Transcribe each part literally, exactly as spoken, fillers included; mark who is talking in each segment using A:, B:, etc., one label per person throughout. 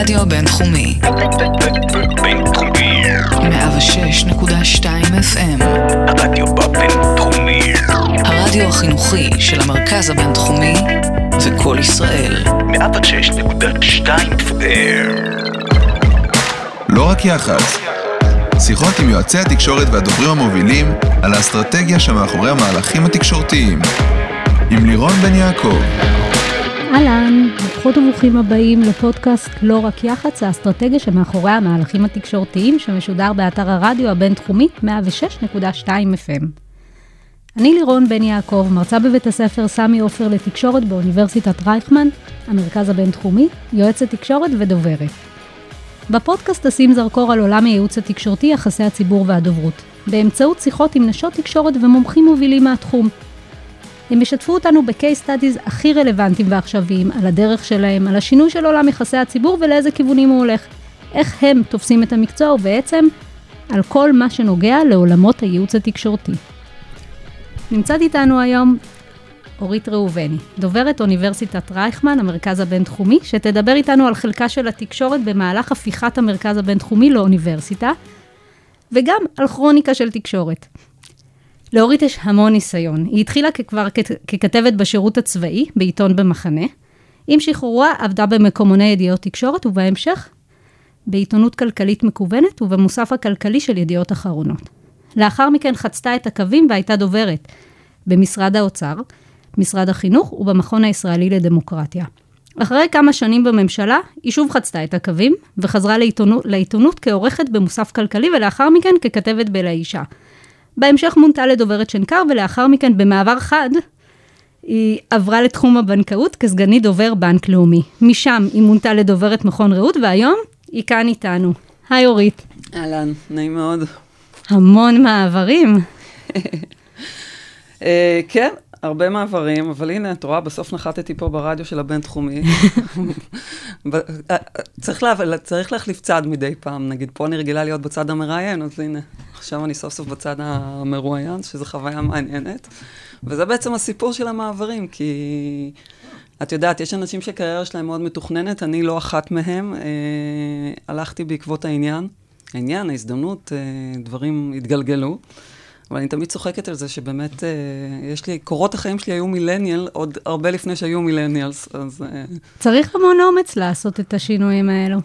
A: הרדיו הבינתחומי. בינתחומי. מאה ושש נקודה שתיים אף אם. הרדיו הבינתחומי. הרדיו החינוכי של המרכז הבינתחומי וכל ישראל. מאה ושש נקודה שתיים אף אם.
B: לא רק יח"צ. שיחות עם יועצי התקשורת והדוברים המובילים על האסטרטגיה שמאחורי המהלכים התקשורתיים. עם לירון בן יעקב.
C: אהלן, ברוכות וברוכים הבאים לפודקאסט לא רק יח"צ, האסטרטגיה שמאחורי המהלכים התקשורתיים שמשודר באתר הרדיו הבינתחומי מאה ושש נקודה שתיים אף אם. אני לירון בן יעקב, מרצה בבית הספר סמי עופר לתקשורת באוניברסיטת רייכמן, המרכז הבינתחומי, יועצת תקשורת ודוברת. בפודקאסט אשים זרקור על עולם הייעוץ התקשורתי, יחסי הציבור והדוברות, באמצעות שיחות עם נשות תקשורת ומומחים מובילים מהתחום. הם ישתפו אותנו בקייס סטאדיז הכי רלוונטיים ועכשוויים, על הדרך שלהם, על השינוי של עולם יחסי הציבור ולאיזה כיוונים הוא הולך, איך הם תופסים את המקצוע ובעצם על כל מה שנוגע לעולמות הייעוץ התקשורתי. נמצאת איתנו היום אורית ראובני, דוברת אוניברסיטת רייכמן, המרכז הבינתחומי, שתדבר איתנו על חלקה של התקשורת במהלך הפיכת המרכז הבינתחומי לאוניברסיטה, וגם על כרוניקה של תקשורת. לאורית יש המון ניסיון. היא התחילה כבר ככתבת בשירות הצבאי, בעיתון במחנה. עם שחרורה עבדה במקומוני ידיעות תקשורת, ובהמשך בעיתונות כלכלית מקוונת, ובמוסף הכלכלי של ידיעות אחרונות. לאחר מכן חצתה את הקווים והייתה דוברת במשרד האוצר, משרד החינוך ובמכון הישראלי לדמוקרטיה. אחרי כמה שנים בממשלה, היא שוב חצתה את הקווים, וחזרה לעיתונות, לעיתונות כעורכת במוסף כלכלי, ולאחר מכן ככתבת בלאישה. בהמשך מונתה לדוברת שנקר, ולאחר מכן במעבר חד, היא עברה לתחום הבנקאות כסגנית דובר בנק לאומי. משם היא מונתה לדוברת מכון רעות, והיום היא כאן איתנו. היי אורית.
D: אהלן, נעים מאוד.
C: המון מעברים.
D: כן, הרבה מעברים, אבל הנה, את רואה, בסוף נחתתי פה ברדיו של הבינתחומי. צריך להחליף צד מדי פעם, נגיד, פה אני רגילה להיות בצד המראיין, אז הנה, עכשיו אני סוף סוף בצד המרואיין, שזו חוויה מעניינת. וזה בעצם הסיפור של המעברים, כי את יודעת, יש אנשים שקריירה שלהם מאוד מתוכננת, אני לא אחת מהם, הלכתי בעקבות העניין. העניין, ההזדמנות, דברים התגלגלו. אבל אני תמיד צוחקת על זה שבאמת, אה, יש לי, קורות החיים שלי היו מילניאל, עוד הרבה לפני שהיו מילניאלס, אז... אה,
C: צריך המון אומץ לעשות את השינויים האלו.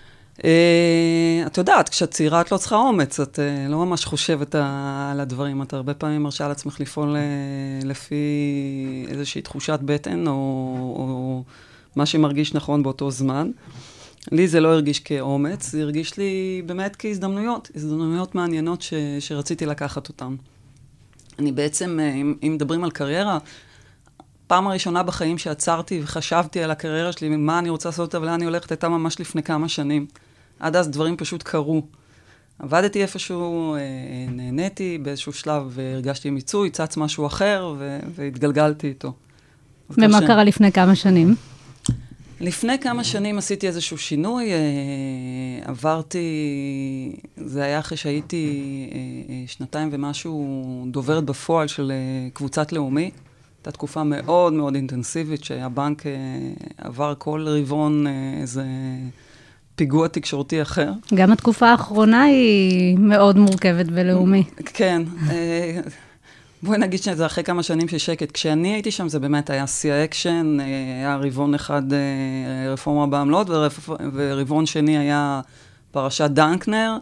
D: אה, את יודעת, כשאת צעירה את לא צריכה אומץ, את אה, לא ממש חושבת על הדברים, את הרבה פעמים מרשה לעצמך לפעול אה, לפי איזושהי תחושת בטן, או, או מה שמרגיש נכון באותו זמן. לי זה לא הרגיש כאומץ, זה הרגיש לי באמת כהזדמנויות, הזדמנויות מעניינות ש, שרציתי לקחת אותן. אני בעצם, אם, אם מדברים על קריירה, פעם הראשונה בחיים שעצרתי וחשבתי על הקריירה שלי, מה אני רוצה לעשות אותה ולאן אני הולכת, הייתה ממש לפני כמה שנים. עד אז דברים פשוט קרו. עבדתי איפשהו, נהניתי, באיזשהו שלב הרגשתי מיצוי, צץ משהו אחר ו, והתגלגלתי איתו.
C: ומה ש... קרה לפני כמה שנים?
D: לפני כמה שנים עשיתי איזשהו שינוי, עברתי, זה היה אחרי שהייתי שנתיים ומשהו דוברת בפועל של קבוצת לאומי. הייתה תקופה מאוד מאוד אינטנסיבית, שהבנק עבר כל רבעון איזה פיגוע תקשורתי אחר. גם
C: התקופה האחרונה היא מאוד מורכבת בלאומי.
D: כן, בואי נגיד שזה אחרי כמה שנים של שקט. כשאני הייתי שם זה באמת היה שיא אקשן, היה רבעון אחד רפורמה בעמלות, ורבעון שני היה פרשת דנקנר,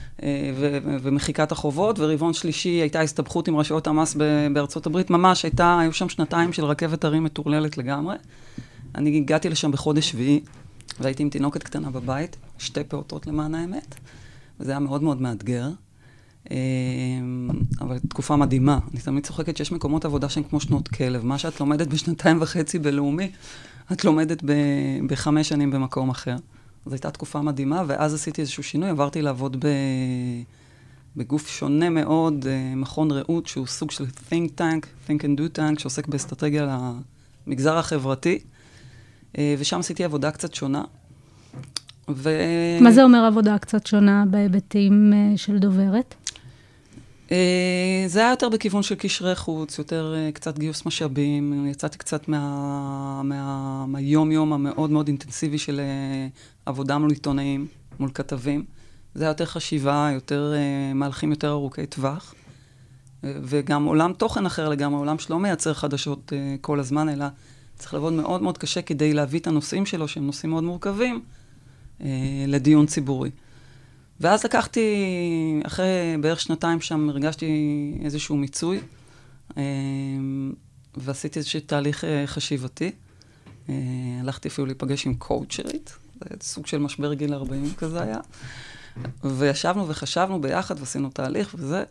D: ומחיקת החובות, ורבעון שלישי הייתה הסתבכות עם רשויות המס בארצות הברית. ממש הייתה, היו שם שנתיים של רכבת הרים מטורללת לגמרי. אני הגעתי לשם בחודש שביעי, והייתי עם תינוקת קטנה בבית, שתי פעוטות למען האמת, וזה היה מאוד מאוד מאתגר. אבל תקופה מדהימה. אני תמיד צוחקת שיש מקומות עבודה שהן כמו שנות כלב. מה שאת לומדת בשנתיים וחצי בלאומי, את לומדת בחמש שנים במקום אחר. זו הייתה תקופה מדהימה, ואז עשיתי איזשהו שינוי, עברתי לעבוד בגוף שונה מאוד, מכון רעות, שהוא סוג של think tank, think and do tank, שעוסק באסטרטגיה למגזר החברתי, ושם עשיתי עבודה קצת שונה.
C: מה זה אומר עבודה קצת שונה בהיבטים של דוברת?
D: זה היה יותר בכיוון של קשרי חוץ, יותר קצת גיוס משאבים, יצאתי קצת מה, מה, מהיום-יום המאוד מאוד אינטנסיבי של עבודה מול עיתונאים, מול כתבים. זה היה יותר חשיבה, יותר מהלכים יותר ארוכי טווח, וגם עולם תוכן אחר לגמרי, עולם שלא מייצר חדשות כל הזמן, אלא צריך לעבוד מאוד מאוד קשה כדי להביא את הנושאים שלו, שהם נושאים מאוד מורכבים, לדיון ציבורי. ואז לקחתי, אחרי בערך שנתיים שם, הרגשתי איזשהו מיצוי, ועשיתי איזשהו תהליך חשיבתי. הלכתי אפילו להיפגש עם קואוצ'רית, זה סוג של משבר גיל ארבעים כזה היה. וישבנו וחשבנו ביחד ועשינו תהליך וזה.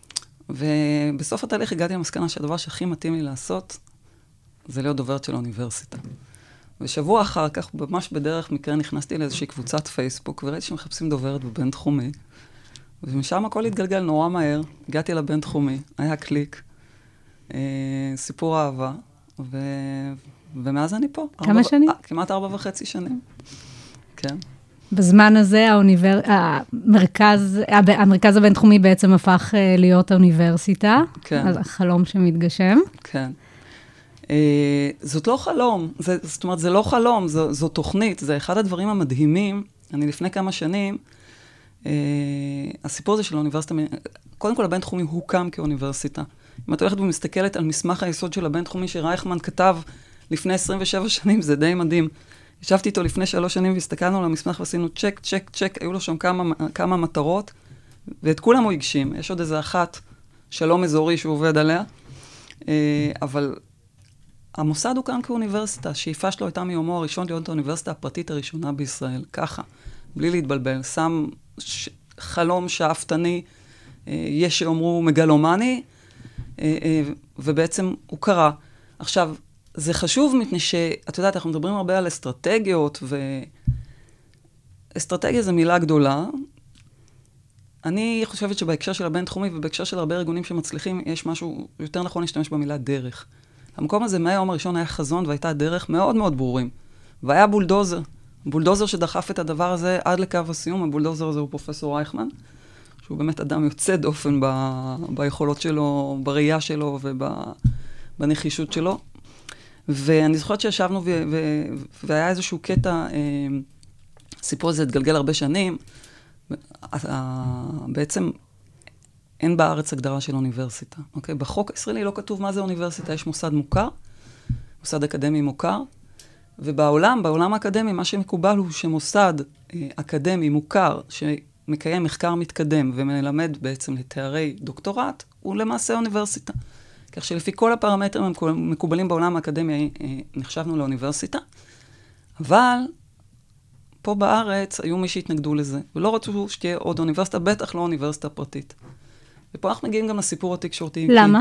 D: ובסוף התהליך הגעתי למסקנה שהדבר שהכי מתאים לי לעשות, זה להיות דוברת של האוניברסיטה. ושבוע אחר כך, ממש בדרך מקרה, נכנסתי לאיזושהי קבוצת פייסבוק, וראיתי שמחפשים דוברת בבין-תחומי. ומשם הכל התגלגל נורא מהר. הגעתי לבין-תחומי, היה קליק, אה, סיפור אהבה, ו... ומאז אני פה.
C: כמה ארבע... שנים?
D: אה, כמעט ארבע וחצי שנים. כן.
C: בזמן הזה האוניבר... המרכז, המרכז הבין-תחומי בעצם הפך להיות האוניברסיטה. כן. החלום שמתגשם.
D: כן. Uh, זאת לא חלום, זה, זאת אומרת, זה לא חלום, זו, זו תוכנית, זה אחד הדברים המדהימים. אני לפני כמה שנים, uh, הסיפור הזה של האוניברסיטה, קודם כל הבינתחומי הוקם כאוניברסיטה. אם את הולכת ומסתכלת על מסמך היסוד של הבינתחומי שרייכמן כתב לפני עשרים ושבע שנים, זה די מדהים. ישבתי איתו לפני שלוש שנים והסתכלנו על המסמך ועשינו צ'ק, צ'ק, צ'ק, היו לו שם כמה, כמה מטרות, ואת כולם הוא הגשים. יש עוד איזה אחת, שלום אזורי שהוא עובד עליה, uh, אבל... המוסד הוא כאן כאוניברסיטה, השאיפה שלו הייתה מיומו הראשון להיות האוניברסיטה הפרטית הראשונה בישראל, ככה, בלי להתבלבל, שם ש... חלום שאפתני, אה, יש שאומרו מגלומני, אה, אה, ובעצם הוא קרה. עכשיו, זה חשוב מפני שאת יודעת, אנחנו מדברים הרבה על אסטרטגיות, ואסטרטגיה זו מילה גדולה. אני חושבת שבהקשר של הבינתחומי ובהקשר של הרבה ארגונים שמצליחים, יש משהו יותר נכון להשתמש במילה דרך. המקום הזה מהיום הראשון היה חזון והייתה דרך מאוד מאוד ברורים. והיה בולדוזר. בולדוזר שדחף את הדבר הזה עד לקו הסיום. הבולדוזר הזה הוא פרופסור רייכמן, שהוא באמת אדם יוצא דופן ב... ביכולות שלו, בראייה שלו ובנחישות שלו. ואני זוכרת שישבנו ו... ו... והיה איזשהו קטע, אה... הסיפור הזה התגלגל הרבה שנים. בעצם... אין בארץ הגדרה של אוניברסיטה. אוקיי? בחוק הישראלי לא כתוב מה זה אוניברסיטה, יש מוסד מוכר, מוסד אקדמי מוכר, ובעולם, בעולם האקדמי, מה שמקובל הוא שמוסד אה, אקדמי מוכר, שמקיים מחקר מתקדם ומלמד בעצם לתארי דוקטורט, הוא למעשה אוניברסיטה. כך שלפי כל הפרמטרים המקובלים בעולם האקדמי, אה, נחשבנו לאוניברסיטה, אבל פה בארץ היו מי שהתנגדו לזה, ולא רצו שתהיה עוד אוניברסיטה, בטח לא אוניברסיטה פרטית. ופה אנחנו מגיעים גם לסיפור התקשורתי.
C: למה?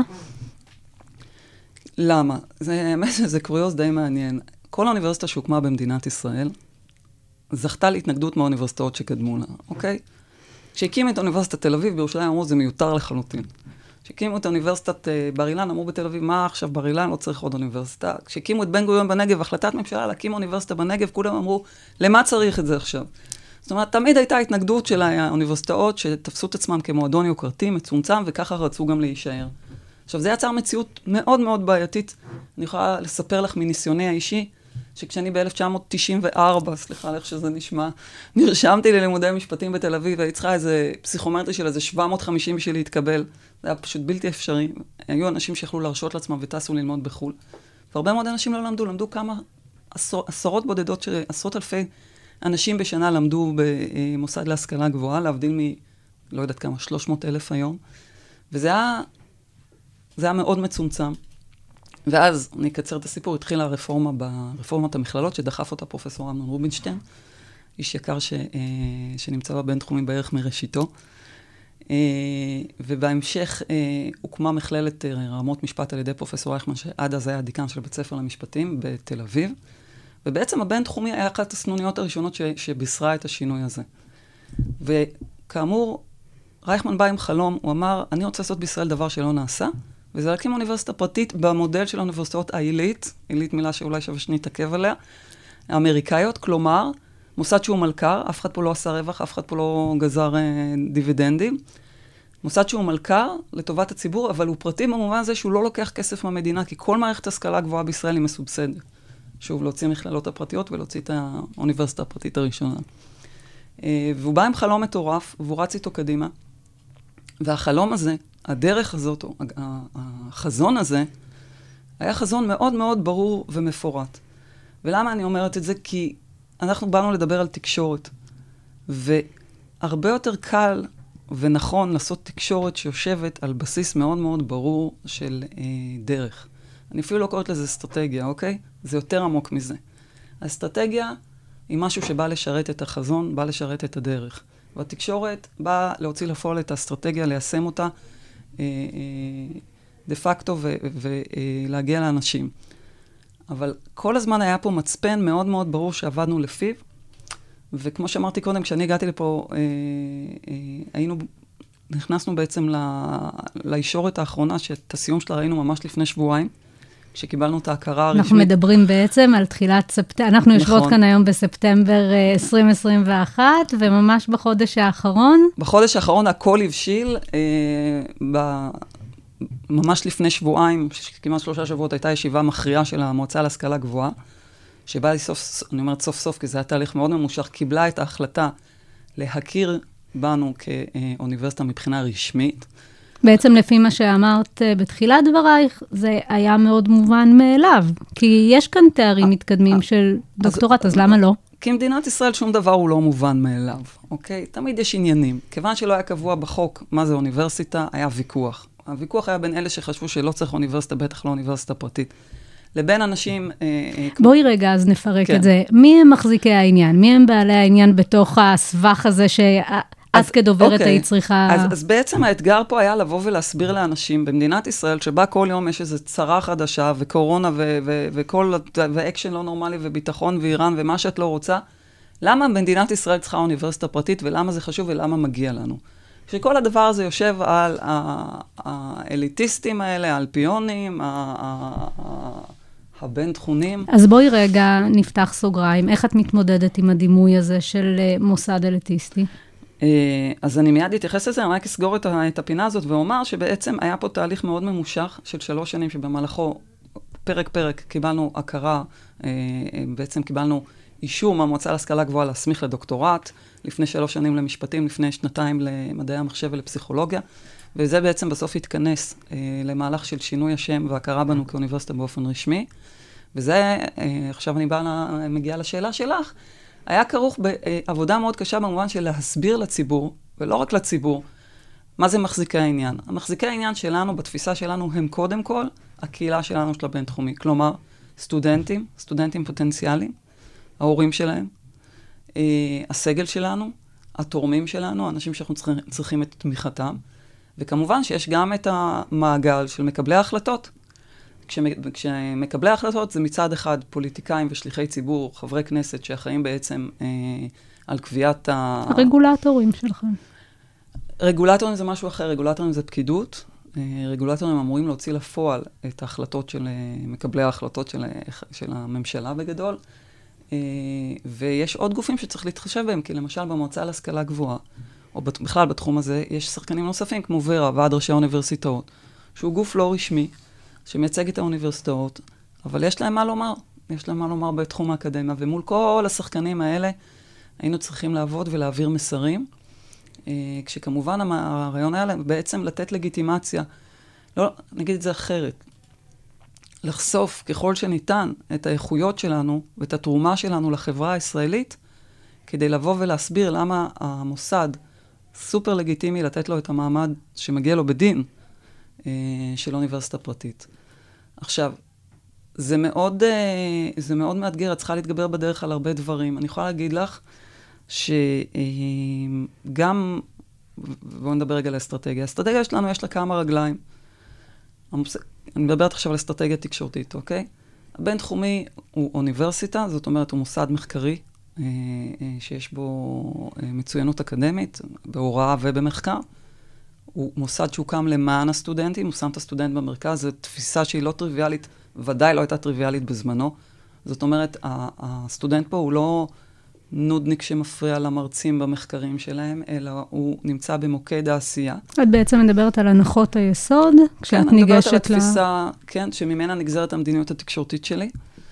D: למה? זה, זה קוריוז די מעניין. כל האוניברסיטה שהוקמה במדינת ישראל, זכתה להתנגדות מהאוניברסיטאות שקדמו לה, אוקיי? כשהקימו את אוניברסיטת תל אביב, בירושלים אמרו, זה מיותר לחלוטין. כשהקימו את אוניברסיטת בר אילן, אמרו בתל אביב, מה עכשיו בר אילן? לא צריך עוד אוניברסיטה. כשהקימו את בן גוריון בנגב, החלטת ממשלה להקים אוניברסיטה בנגב, כולם אמרו, למה צריך את זה עכשיו? זאת אומרת, תמיד הייתה התנגדות של האוניברסיטאות שתפסו את עצמם כמועדון יוקרתי, מצומצם, וככה רצו גם להישאר. עכשיו, זה יצר מציאות מאוד מאוד בעייתית. אני יכולה לספר לך מניסיוני האישי, שכשאני ב-אלף תשע מאות תשעים וארבע, סליחה איך שזה נשמע, נרשמתי ללימודי משפטים בתל אביב, והיא צריכה איזה פסיכומטרי של איזה שבע מאות וחמישים בשביל להתקבל. זה היה פשוט בלתי אפשרי. היו אנשים שיכלו להרשות לעצמם וטסו ללמוד בחו"ל. והרבה מאוד אנשים לא למדו, למדו כמה עשור, עשרות בודדות, עשרות אלפי אנשים בשנה למדו במוסד להשכלה גבוהה, להבדיל מ, לא יודעת כמה, שלוש מאות אלף היום. וזה היה, זה היה מאוד מצומצם. ואז, אני אקצר את הסיפור, התחילה הרפורמה ברפורמת המכללות, שדחף אותה פרופסור אמנון רובינשטיין, איש יקר ש, שנמצא בבין-תחומי בערך מראשיתו. ובהמשך הוקמה מכללת רמות משפט על ידי פרופסור רייכמן, שעד אז היה הדיקן של בית ספר למשפטים בתל אביב. ובעצם הבין-תחומי היה אחת הסנוניות הראשונות ש, שבישרה את השינוי הזה. וכאמור, רייכמן בא עם חלום, הוא אמר, אני רוצה לעשות בישראל דבר שלא נעשה, וזה להקים אוניברסיטה פרטית במודל של האוניברסיטאות העילית, עילית מילה שאולי שווה שנתעכב עליה, האמריקאיות, כלומר, מוסד שהוא מלכ"ר, אף אחד פה לא עשה רווח, אף אחד פה לא גזר אה, דיבידנדים, מוסד שהוא מלכ"ר לטובת הציבור, אבל הוא פרטי במובן הזה שהוא לא לוקח כסף מהמדינה, כי כל מערכת השכלה גבוהה בישראל היא מסובסדת. שוב, להוציא מכללות הפרטיות ולהוציא את האוניברסיטה הפרטית הראשונה. והוא בא עם חלום מטורף, והוא רץ איתו קדימה. והחלום הזה, הדרך הזאת, החזון הזה, היה חזון מאוד מאוד ברור ומפורט. ולמה אני אומרת את זה? כי אנחנו באנו לדבר על תקשורת. והרבה יותר קל ונכון לעשות תקשורת שיושבת על בסיס מאוד מאוד ברור של אה, דרך. אני אפילו לא קוראת לזה אסטרטגיה, אוקיי? זה יותר עמוק מזה. האסטרטגיה היא משהו שבא לשרת את החזון, בא לשרת את הדרך. והתקשורת באה להוציא לפועל את האסטרטגיה, ליישם אותה אה, אה, דה פקטו ולהגיע אה, לאנשים. אבל כל הזמן היה פה מצפן מאוד מאוד ברור שעבדנו לפיו, וכמו שאמרתי קודם, כשאני הגעתי לפה, אה, אה, היינו, נכנסנו בעצם ל, לישורת האחרונה, שאת הסיום שלה ראינו ממש לפני שבועיים, כשקיבלנו את ההכרה הרשמית. אנחנו
C: מדברים בעצם על תחילת ספטמבר, אנחנו יושבות נכון. כאן היום בספטמבר עשרים עשרים ואחת, וממש בחודש האחרון.
D: בחודש האחרון הכל הבשיל, אה, ב... ממש לפני שבועיים, כמעט שלושה שבועות, הייתה ישיבה מכריעה של המועצה להשכלה גבוהה, שבה היא סוף, אני אומרת סוף סוף, כי זה היה תהליך מאוד ממושך, קיבלה את ההחלטה להכיר בנו כאוניברסיטה מבחינה רשמית.
C: בעצם לפי מה שאמרת בתחילת דברייך, זה היה מאוד מובן מאליו, כי יש כאן תארים מתקדמים של דוקטורט, אז למה לא?
D: כי מדינת ישראל שום דבר הוא לא מובן מאליו, אוקיי? תמיד יש עניינים. כיוון שלא היה קבוע בחוק מה זה אוניברסיטה, היה ויכוח. הוויכוח היה בין אלה שחשבו שלא צריך אוניברסיטה, בטח לא אוניברסיטה פרטית. לבין אנשים...
C: בואי רגע, אז נפרק את זה. מי הם מחזיקי העניין? מי הם בעלי העניין בתוך הסבך הזה שאת כדוברת היית צריכה...
D: אז בעצם האתגר פה היה לבוא ולהסביר לאנשים במדינת ישראל, שבה כל יום יש איזו צרה חדשה, וקורונה וכל... ואקשן לא נורמלי, וביטחון ואיראן, ומה שאת לא רוצה, למה במדינת ישראל צריכה אוניברסיטה פרטית, ולמה זה חשוב, ולמה מגיע לנו? שכל הדבר הזה יושב על האליטיסטים האלה, האלפיונים, הבין-תחונים.
C: אז בואי רגע נפתח סוגריים. איך את מתמודדת עם הדימוי הזה של מוסד אליטיסטי?
D: אז אני מיד אתייחס לזה, אני רק אסגור את הפינה הזאת ואומר שבעצם היה פה תהליך מאוד ממושך של שלוש שנים שבמהלכו פרק פרק קיבלנו הכרה, בעצם קיבלנו אישור מהמועצה להשכלה גבוהה להסמיך לדוקטורט, לפני שלוש שנים למשפטים, לפני שנתיים למדעי המחשב ולפסיכולוגיה, וזה בעצם בסוף התכנס אה, למהלך של שינוי השם והכרה בנו כאוניברסיטה באופן רשמי, וזה, אה, עכשיו אני באה, מגיעה לשאלה שלך, היה כרוך בעבודה מאוד קשה במובן של להסביר לציבור, ולא רק לציבור, מה זה מחזיקי העניין. המחזיקי העניין שלנו, בתפיסה שלנו, הם קודם כל הקהילה שלנו של הבינתחומי, כלומר, סטודנטים, סטודנטים פוטנציאליים, ההורים שלהם, Uh, הסגל שלנו, התורמים שלנו, האנשים שאנחנו צריכים, צריכים את תמיכתם, וכמובן שיש גם את המעגל של מקבלי ההחלטות. כשמ- כשמקבלי ההחלטות זה מצד אחד פוליטיקאים ושליחי ציבור, חברי כנסת שאחראים בעצם uh, על קביעת ה...
C: הרגולטורים שלכם.
D: רגולטורים זה משהו אחר, רגולטורים זה פקידות, uh, רגולטורים אמורים להוציא לפועל את ההחלטות של uh, מקבלי ההחלטות של, של הממשלה בגדול, ויש עוד גופים שצריך להתחשב בהם, כי למשל במועצה להשכלה גבוהה, או בכלל בתחום הזה, יש שחקנים נוספים כמו ורה, ועד ראשי האוניברסיטאות, שהוא גוף לא רשמי, שמייצג את האוניברסיטאות, אבל יש להם מה לומר, יש להם מה לומר בתחום האקדמיה, ומול כל השחקנים האלה, היינו צריכים לעבוד ולהעביר מסרים, כשכמובן הרעיון היה בעצם לתת לגיטימציה, לא, נגיד את זה אחרת, לחשוף ככל שניתן את האיכויות שלנו ואת התרומה שלנו לחברה הישראלית, כדי לבוא ולהסביר למה המוסד סופר לגיטימי לתת לו את המעמד שמגיע לו בדין אה, של אוניברסיטה פרטית. עכשיו, זה מאוד, אה, זה מאוד מאתגר, את צריכה להתגבר בדרך על הרבה דברים. אני יכולה להגיד לך שגם, בואו נדבר רגע על האסטרטגיה. האסטרטגיה שלנו יש לה כמה רגליים. המוס... אני מדברת עכשיו על אסטרטגיה תקשורתית, אוקיי? הבינתחומי הוא אוניברסיטה, זאת אומרת, הוא מוסד מחקרי, אה, אה, שיש בו אה, מצוינות אקדמית, בהוראה ובמחקר. הוא מוסד שהוקם למען הסטודנטים, הוא שם את הסטודנט במרכז, זו תפיסה שהיא לא טריוויאלית, ודאי לא הייתה טריוויאלית בזמנו. זאת אומרת, הסטודנט פה הוא לא נודניק שמפריע למרצים במחקרים שלהם, אלא הוא נמצא במוקד העשייה.
C: את בעצם מדברת על הנחות היסוד, כשאת
D: כן,
C: ניגשת ל...
D: כן, אני מדברת על התפיסה, כן, שממנה נגזרת המדיניות התקשורתית שלי.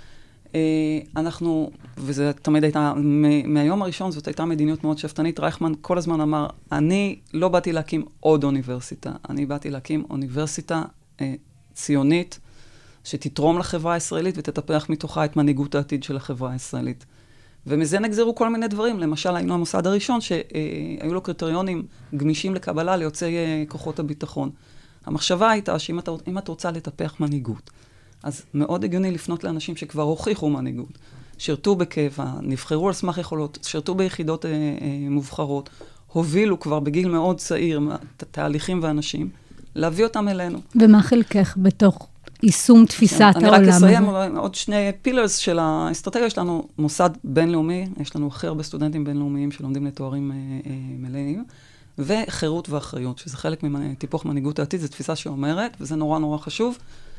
D: אנחנו, וזה תמיד הייתה, מהיום הראשון זאת הייתה מדיניות מאוד שפטנית, רייכמן כל הזמן אמר, אני לא באתי להקים עוד אוניברסיטה, אני באתי להקים אוניברסיטה אה, ציונית, שתתרום לחברה הישראלית ותטפח מתוכה את מנהיגות העתיד של החברה הישראלית. ומזה נגזרו כל מיני דברים, למשל היינו המוסד הראשון שהיו לו קריטריונים גמישים לקבלה ליוצאי כוחות הביטחון. המחשבה הייתה שאם אתה, אם אתה רוצה לטפח מנהיגות, אז מאוד הגיוני לפנות לאנשים שכבר הוכיחו מנהיגות, שירתו בקבע, נבחרו על סמך יכולות, שירתו ביחידות אה, אה, מובחרות, הובילו כבר בגיל מאוד צעיר תהליכים ואנשים, להביא אותם אלינו.
C: ומה חלקך בתוך יישום תפיסת העולם הזה?
D: אני רק אסיים עוד שני פילרס של האסטרטגיה. יש לנו מוסד בינלאומי, יש לנו הכי הרבה סטודנטים בינלאומיים שלומדים לתוארים אה, אה, מלאים, וחירות ואחריות, שזה חלק מטיפוח מנהיגות העתיד, זו תפיסה שאומרת, וזה נורא נורא חשוב,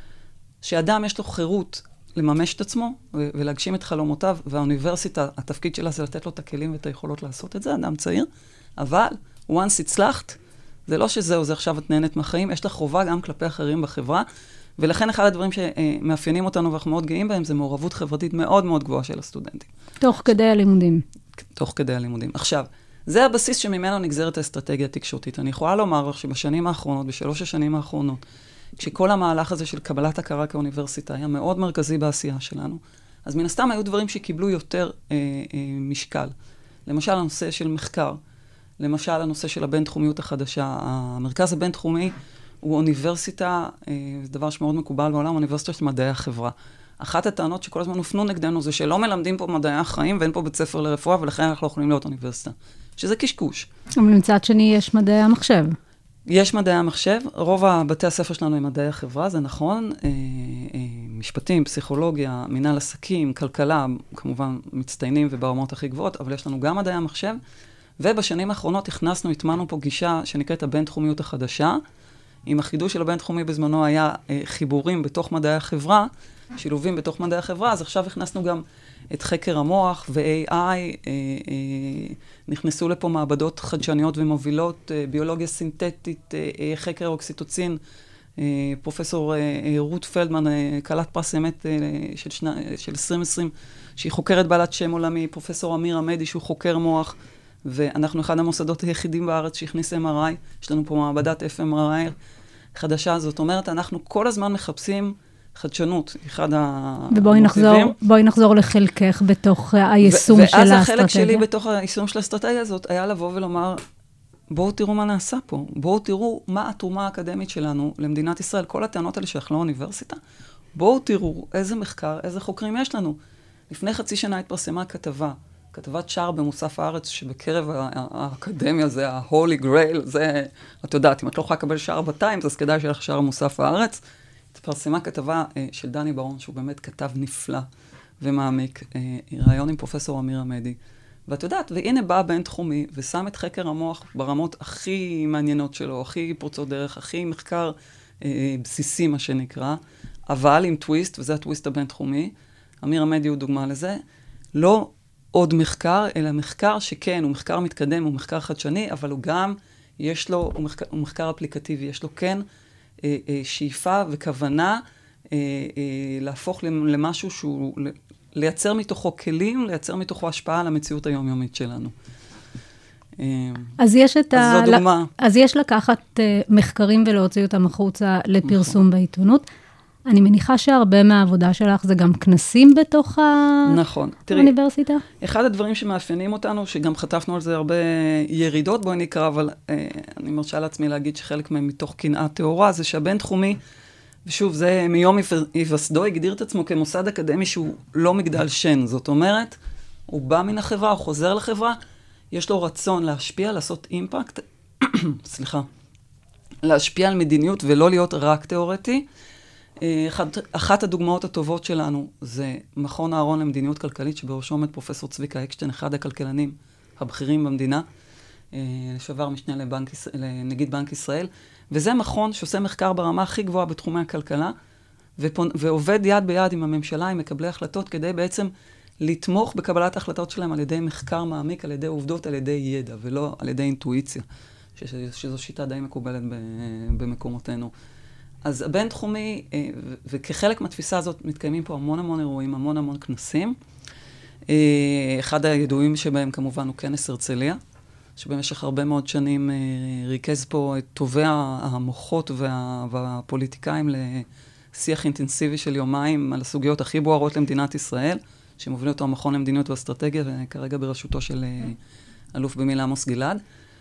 D: שאדם יש לו חירות לממש את עצמו ו- ולהגשים את חלומותיו, והאוניברסיטה, התפקיד שלה זה לתת לו את הכלים ואת היכולות לעשות את זה, אדם צעיר, אבל once הצלחת, זה לא שזהו, זה עכשיו את נהנית מהחיים, יש לך חובה גם כלפי אחרים בחברה, ולכן אחד הדברים שמאפיינים אותנו ואנחנו מאוד גאים בהם, זה מעורבות חברתית מאוד מאוד גבוהה של הסטודנטים.
C: תוך כדי הלימודים.
D: תוך כדי הלימודים. עכשיו, זה הבסיס שממנו נגזרת האסטרטגיה התקשורתית. אני יכולה לומר לך שבשנים האחרונות, בשלוש השנים האחרונות, כשכל המהלך הזה של קבלת הכרה כאוניברסיטה היה מאוד מרכזי בעשייה שלנו, אז מן הסתם היו דברים שקיבלו יותר אה, אה, משקל. למשל, הנושא של מחקר. למשל, הנושא של הבינתחומיות החדשה. המרכז הבינתחומי הוא אוניברסיטה, אה, זה דבר שמאוד מקובל בעולם, אוניברסיטה של מדעי החברה. אחת הטענות שכל הזמן הופנו נגדנו זה שלא מלמדים פה מדעי החיים ואין פה בית ספר לרפואה, ולכן אנחנו לא יכולים להיות אוניברסיטה. שזה קשקוש.
C: אבל מצד שני יש מדעי המחשב.
D: יש מדעי המחשב, רוב בתי הספר שלנו הם מדעי החברה, זה נכון, אה, אה, משפטים, פסיכולוגיה, מנהל עסקים, כלכלה, כמובן מצטיינים וברמות הכי גבוהות, אבל יש לנו גם מדעי המחשב, ובשנים האחרונות הכנסנו, התמנו פה גישה שנקראת הבינתחומיות החדשה, עם החידוש של הבינתחומי בזמנו היה אה, חיבורים בתוך מדעי החברה, שילובים בתוך מדעי החברה, אז עכשיו הכנסנו גם את חקר המוח ו-איי איי, אה, אה, נכנסו לפה מעבדות חדשניות ומובילות, אה, ביולוגיה סינתטית, אה, אה, חקר אוקסיטוצין, אה, פרופסור אה, אה, רות פלדמן, אה, קלת פרס אמת אה, של, שנה, של עשרים עשרים, שהיא חוקרת בעלת שם עולמי, פרופסור אמיר עמדי, שהוא חוקר מוח, ואנחנו אחד המוסדות היחידים בארץ שהכניס אם אר איי, יש לנו פה מעבדת אף אם אר איי חדשה, זאת אומרת, אנחנו כל הזמן מחפשים חדשנות, אחד המוטיבים.
C: ובואי נחזור, בואי נחזור לחלקך בתוך היישום של האסטרטגיה.
D: ואז החלק שלי בתוך היישום של האסטרטגיה הזאת היה לבוא ולומר, בואו תראו מה נעשה פה, בואו תראו מה התרומה האקדמית שלנו למדינת ישראל, כל הטענות האלה שאנחנו לא אוניברסיטה, בואו תראו איזה מחקר, איזה חוקרים יש לנו. לפני חצי שנה התפרסמה כתבה, כתבת שער במוסף הארץ, שבקרב האקדמיה זה ה-Holy Grail, זה, את יודעת, אם את לא יכולה לקבל שער בטיימס, אז כדאי שיהיה לך שער במוסף הארץ. התפרסמה כתבה אה, של דני ברון, שהוא באמת כתב נפלא ומעמיק, אה, רעיון עם פרופסור אמיר עמדי. ואת יודעת, והנה בא בינתחומי, ושם את חקר המוח ברמות הכי מעניינות שלו, הכי פורצות דרך, הכי מחקר אה, בסיסי, מה שנקרא, אבל עם טוויסט, וזה הטוויסט הבינתחומי, אמיר עמדי הוא דוגמה לזה, לא עוד מחקר, אלא מחקר שכן, הוא מחקר מתקדם, הוא מחקר חדשני, אבל הוא גם, יש לו, הוא מחקר, הוא מחקר אפליקטיבי, יש לו כן אה, אה, שאיפה וכוונה אה, אה, להפוך למשהו שהוא, לייצר מתוכו כלים, לייצר מתוכו השפעה על המציאות היומיומית שלנו.
C: אז יש את
D: אז זו דוגמה.
C: אז יש לקחת מחקרים ולהוציא אותם החוצה לפרסום בעיתונות. אני מניחה שהרבה מהעבודה שלך זה גם כנסים בתוך
D: נכון.
C: האוניברסיטה?
D: תראי, אחד הדברים שמאפיינים אותנו, שגם חטפנו על זה הרבה ירידות, בואי נקרא, אבל אה, אני מרשה לעצמי להגיד שחלק מהם מתוך קנאה טהורה, זה שהבינתחומי, ושוב, זה מיום היווסדו, הגדיר את עצמו כמוסד אקדמי שהוא לא מגדל שן. זאת אומרת, הוא בא מן החברה, הוא חוזר לחברה, יש לו רצון להשפיע, לעשות אימפקט, סליחה, להשפיע על מדיניות ולא להיות רק תיאורטי. אחת, אחת הדוגמאות הטובות שלנו זה מכון אהרון למדיניות כלכלית, שבראשו עומד פרופסור צביקה אקשטיין, אחד הכלכלנים הבכירים במדינה, לשעבר משנה לבנק, לנגיד בנק ישראל, וזה מכון שעושה מחקר ברמה הכי גבוהה בתחומי הכלכלה, ופונ... ועובד יד ביד עם הממשלה, עם מקבלי החלטות, כדי בעצם לתמוך בקבלת ההחלטות שלהם על ידי מחקר מעמיק, על ידי עובדות, על ידי ידע, ולא על ידי אינטואיציה, שזו שיטה די מקובלת במקומותינו. אז הבינתחומי, וכחלק מהתפיסה הזאת, מתקיימים פה המון המון אירועים, המון המון כנסים. אחד הידועים שבהם כמובן הוא כנס הרצליה, שבמשך הרבה מאוד שנים ריכז פה את טובי המוחות וה, והפוליטיקאים לשיח אינטנסיבי של יומיים על הסוגיות הכי בוערות למדינת ישראל, שמוביל אותו המכון למדיניות ואסטרטגיה, וכרגע בראשותו של אלוף במיל' עמוס גלעד.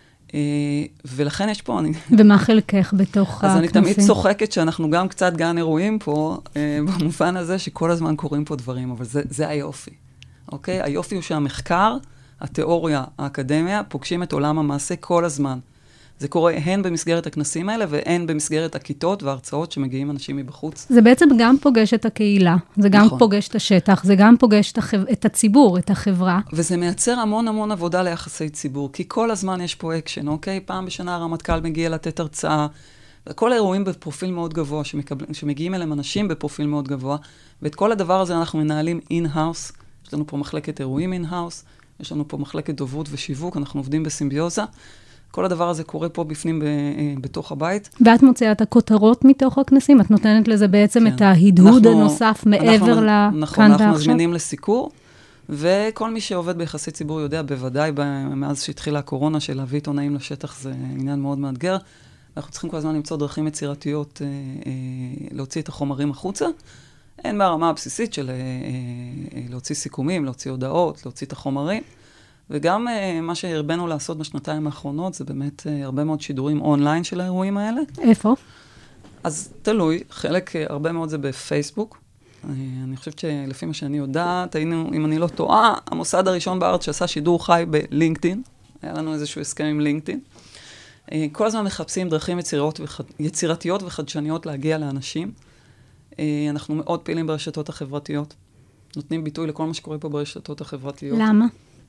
D: ולכן יש פה... אני...
C: ומה חלקך בתוך הכנסים?
D: אז אני תמיד צוחקת שאנחנו גם קצת גן אירועים פה, במובן הזה שכל הזמן קורים פה דברים, אבל זה, זה היופי. אוקיי? היופי הוא שהמחקר, התיאוריה, האקדמיה, פוגשים את עולם המעשה כל הזמן. זה קורה הן במסגרת הכנסים האלה, והן במסגרת הכיתות וההרצאות שמגיעים אנשים מבחוץ.
C: זה בעצם גם פוגש את הקהילה, זה גם נכון. פוגש את השטח, זה גם פוגש את, החב... את הציבור, את החברה.
D: וזה מייצר המון המון עבודה ליחסי ציבור, כי כל הזמן יש פה אקשן, אוקיי? פעם בשנה הרמטכ"ל מגיע לתת הרצאה, כל האירועים בפרופיל מאוד גבוה, שמקבל... שמגיעים אליהם אנשים בפרופיל מאוד גבוה, ואת כל הדבר הזה אנחנו מנהלים אין-האוס, יש לנו פה מחלקת אירועים אין-האוס, יש לנו פה מחלקת דוברות ושיווק, אנחנו עובדים בסימביוזה. כל הדבר הזה קורה פה בפנים ב, בתוך הבית.
C: ואת מוציאה את הכותרות מתוך הכנסים? את נותנת לזה בעצם כן. את ההדהוד אנחנו, הנוסף מעבר לכאן
D: נכון, אנחנו ועכשיו? מזמינים לסיקור, וכל מי שעובד ביחסי ציבור יודע, בוודאי מאז שהתחילה הקורונה, של להביא עיתונאים לשטח, זה עניין מאוד מאתגר. אנחנו צריכים כל הזמן למצוא דרכים יצירתיות, אה, אה, להוציא את החומרים החוצה. אין ברמה הבסיסית של אה, אה, להוציא סיכומים, להוציא הודעות, להוציא את החומרים. וגם uh, מה שהרבנו לעשות בשנתיים האחרונות, זה באמת uh, הרבה מאוד שידורים אונליין של האירועים האלה.
C: איפה?
D: אז תלוי, חלק, uh, הרבה מאוד זה בפייסבוק. Uh, אני חושבת שלפי מה שאני יודעת, היינו, אם אני לא טועה, המוסד הראשון בארץ שעשה שידור חי בלינקדאין. היה לנו איזשהו הסכם עם לינקדאין. Uh, כל הזמן מחפשים דרכים יצירות וחד... יצירתיות וחדשניות להגיע לאנשים. Uh, אנחנו מאוד פעילים ברשתות החברתיות. נותנים ביטוי לכל מה שקורה פה ברשתות החברתיות.
C: למה?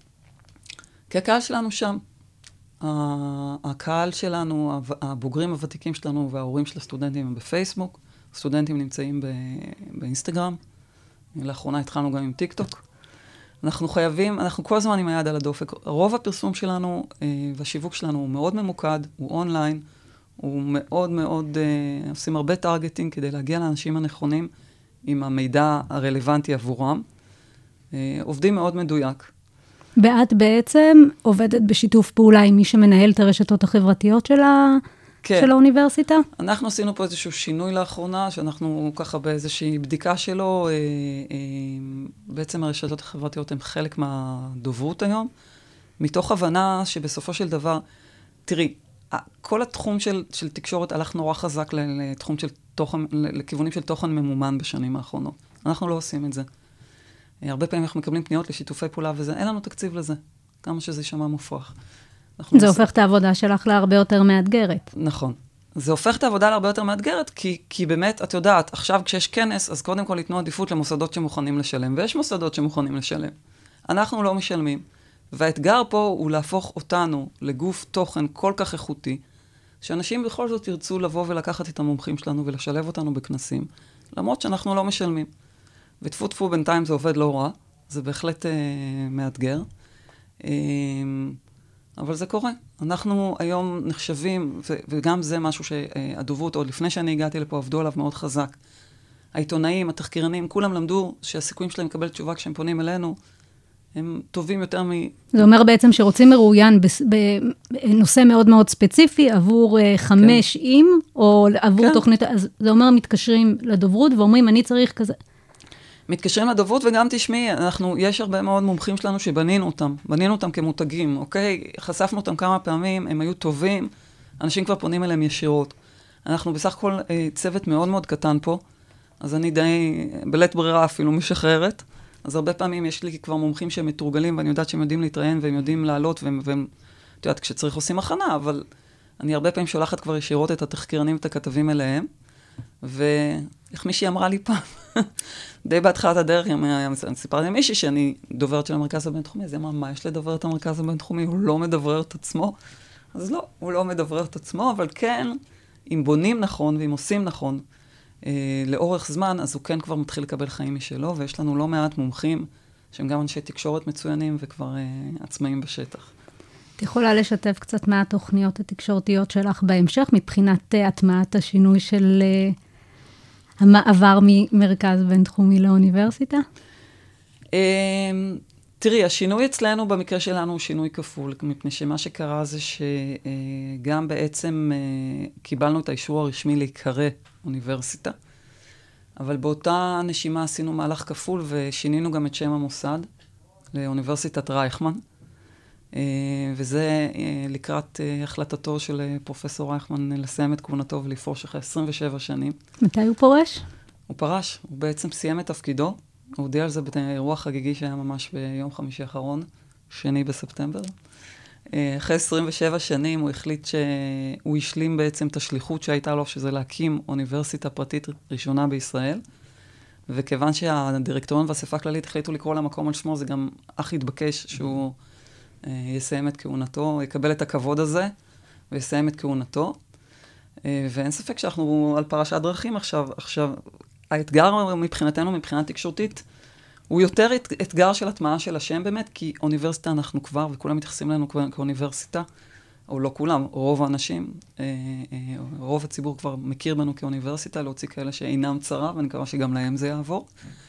D: כי הקהל שלנו שם. הקהל שלנו, הבוגרים הוותיקים שלנו וההורים של הסטודנטים הם בפייסבוק, הסטודנטים נמצאים באינסטגרם, לאחרונה התחלנו גם עם טיק טוק. אנחנו חייבים, אנחנו כל הזמן עם היד על הדופק. רוב הפרסום שלנו והשיווק שלנו הוא מאוד ממוקד, הוא אונליין, הוא מאוד מאוד, עושים הרבה טרגטינג כדי להגיע לאנשים הנכונים עם המידע הרלוונטי עבורם. עובדים מאוד מדויק.
C: ואת בעצם עובדת בשיתוף פעולה עם מי שמנהל את הרשתות החברתיות של, ה... כן. של האוניברסיטה?
D: אנחנו עשינו פה איזשהו שינוי לאחרונה, שאנחנו ככה באיזושהי בדיקה שלו, אה, אה, בעצם הרשתות החברתיות הן חלק מהדוברות היום, מתוך הבנה שבסופו של דבר, תראי, כל התחום של, של תקשורת הלך נורא חזק לתחום של תוכן, לכיוונים של תוכן ממומן בשנים האחרונות. אנחנו לא עושים את זה. הרבה פעמים אנחנו מקבלים פניות לשיתופי פעולה וזה, אין לנו תקציב לזה, כמה שזה יישמע מופרך.
C: זה הופך את העבודה שלך להרבה יותר מאתגרת.
D: נכון. זה הופך את העבודה להרבה יותר מאתגרת, כי, כי באמת, את יודעת, עכשיו כשיש כנס, אז קודם כל ייתנו עדיפות למוסדות שמוכנים לשלם, ויש מוסדות שמוכנים לשלם. אנחנו לא משלמים, והאתגר פה הוא להפוך אותנו לגוף תוכן כל כך איכותי, שאנשים בכל זאת ירצו לבוא ולקחת את המומחים שלנו ולשלב אותנו בכנסים, למרות שאנחנו לא משלמים. וטפו טפו בינתיים זה עובד לא רע, זה בהחלט אה, מאתגר, אה, אבל זה קורה. אנחנו היום נחשבים, ו- וגם זה משהו שהדוברות, עוד לפני שאני הגעתי לפה, עבדו עליו מאוד חזק. העיתונאים, התחקירנים, כולם למדו שהסיכויים שלהם לקבל תשובה כשהם פונים אלינו, הם טובים יותר מ...
C: זה אומר בעצם שרוצים מרואיין בנושא מאוד מאוד ספציפי, עבור חמש כן. עם, או עבור כן. תוכנית, אז זה אומר מתקשרים לדוברות ואומרים, אני צריך כזה...
D: מתקשרים לדוברות, וגם תשמעי, אנחנו, יש הרבה מאוד מומחים שלנו שבנינו אותם, בנינו אותם כמותגים, אוקיי? חשפנו אותם כמה פעמים, הם היו טובים, אנשים כבר פונים אליהם ישירות. אנחנו בסך הכל אה, צוות מאוד מאוד קטן פה, אז אני די, בלית ברירה אפילו משחררת, אז הרבה פעמים יש לי כבר מומחים שהם מתורגלים, ואני יודעת שהם יודעים להתראיין, והם יודעים לעלות, והם, והם, את יודעת, כשצריך עושים הכנה, אבל אני הרבה פעמים שולחת כבר ישירות את התחקירנים ואת הכתבים אליהם, ואיך מישהי אמרה לי פעם, די בהתחלת הדרך, אני סיפרתי למישהי שאני דוברת של המרכז הבינתחומי, אז היא אמרה, מה יש לדבר את המרכז הבינתחומי? הוא לא מדברר את עצמו. אז לא, הוא לא מדברר את עצמו, אבל כן, אם בונים נכון ואם עושים נכון, אה, לאורך זמן, אז הוא כן כבר מתחיל לקבל חיים משלו, ויש לנו לא מעט מומחים שהם גם אנשי תקשורת מצוינים וכבר uh, עצמאים בשטח.
C: את יכולה לשתף קצת מה התוכניות התקשורתיות שלך בהמשך, מבחינת הטמעת השינוי של uh, המעבר ממרכז בינתחומי לאוניברסיטה?
D: Uh, תראי, השינוי אצלנו במקרה שלנו הוא שינוי כפול, מפני שמה שקרה זה שגם בעצם קיבלנו את האישור הרשמי להיקרא אוניברסיטה, אבל באותה נשימה עשינו מהלך כפול ושינינו גם את שם המוסד לאוניברסיטת רייכמן, וזה לקראת החלטתו של פרופסור רייכמן לסיים את כהונתו ולפרוש אחרי עשרים ושבע שנים.
C: מתי הוא פורש?
D: הוא פרש, הוא בעצם סיים את תפקידו. הוא הודיע על זה באירוע חגיגי שהיה ממש ביום חמישי האחרון, שני בספטמבר. אחרי עשרים ושבע שנים הוא החליט שהוא השלים בעצם את השליחות שהייתה לו, שזה להקים אוניברסיטה פרטית ראשונה בישראל. וכיוון שהדירקטוריון והאספה הכללית החליטו לקרוא למקום על שמו, זה גם אך התבקש שהוא יסיים את כהונתו, יקבל את הכבוד הזה ויסיים את כהונתו. ואין ספק שאנחנו על פרשת דרכים עכשיו. עכשיו, האתגר מבחינתנו, מבחינה תקשורתית, הוא יותר אתגר של הטמעה של השם באמת, כי אוניברסיטה אנחנו כבר, וכולם מתייחסים לנו כאוניברסיטה, או לא כולם, רוב האנשים, רוב הציבור כבר מכיר בנו כאוניברסיטה, להוציא כאלה שאינם צרה, ואני מקווה שגם להם זה יעבור.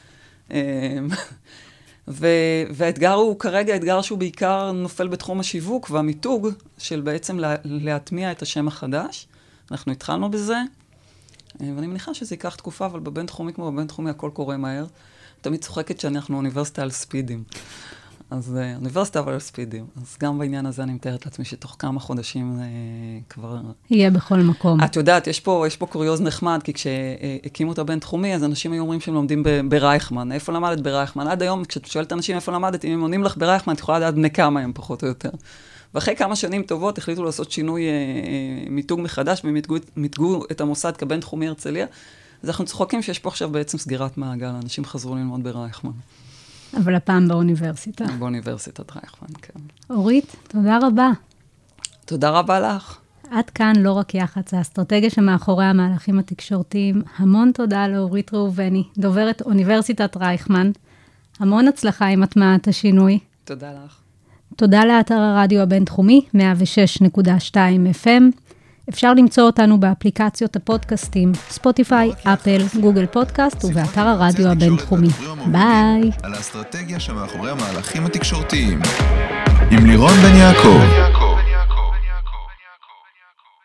D: והאתגר הוא כרגע אתגר שהוא בעיקר נופל בתחום השיווק והמיתוג, של בעצם להטמיע את השם החדש. אנחנו התחלנו בזה, ואני מניחה שזה ייקח תקופה, אבל בבין תחומי כמו בבין תחומי הכל קורה מהר. תמיד צוחקת שאנחנו אוניברסיטה על ספידים. אז אוניברסיטה אבל על ספידים. אז גם בעניין הזה אני מתארת לעצמי שתוך כמה חודשים כבר...
C: יהיה בכל מקום.
D: את יודעת, יש פה, יש פה קוריוז נחמד, כי כשהקימו את הבין תחומי, אז אנשים היו אומרים שהם לומדים ברייכמן. איפה למדת ברייכמן? עד היום, כשאת שואלת אנשים איפה למדת, אם הם עונים לך ברייכמן, את יכולה לדעת בני כמה הם פחות או יותר. ואחרי כמה שנים טובות החליטו לעשות שינוי אה, אה, מיתוג מחדש, ומיתגו את המוסד כבין תחומי הרצליה. אז אנחנו צוחקים שיש פה עכשיו בעצם סגירת מעגל, אנשים חזרו ללמוד ברייכמן.
C: אבל הפעם באוניברסיטה.
D: באוניברסיטת רייכמן, כן.
C: אורית, תודה רבה.
D: תודה רבה לך.
C: עד כאן לא רק יח"צ, האסטרטגיה שמאחורי המהלכים התקשורתיים. המון תודה לאורית ראובני, דוברת אוניברסיטת רייכמן. המון הצלחה עם הטמעת השינוי.
D: תודה לך.
C: תודה לאתר הרדיו הבינתחומי, מאה ושש נקודה שתיים אף אם. אפשר למצוא אותנו באפליקציות הפודקאסטים, ספוטיפיי, אפל, גוגל פודקאסט ובאתר הרדיו הבינתחומי. ביי.
B: על האסטרטגיה שמאחורי המהלכים התקשורתיים. עם לירון בן יעקב.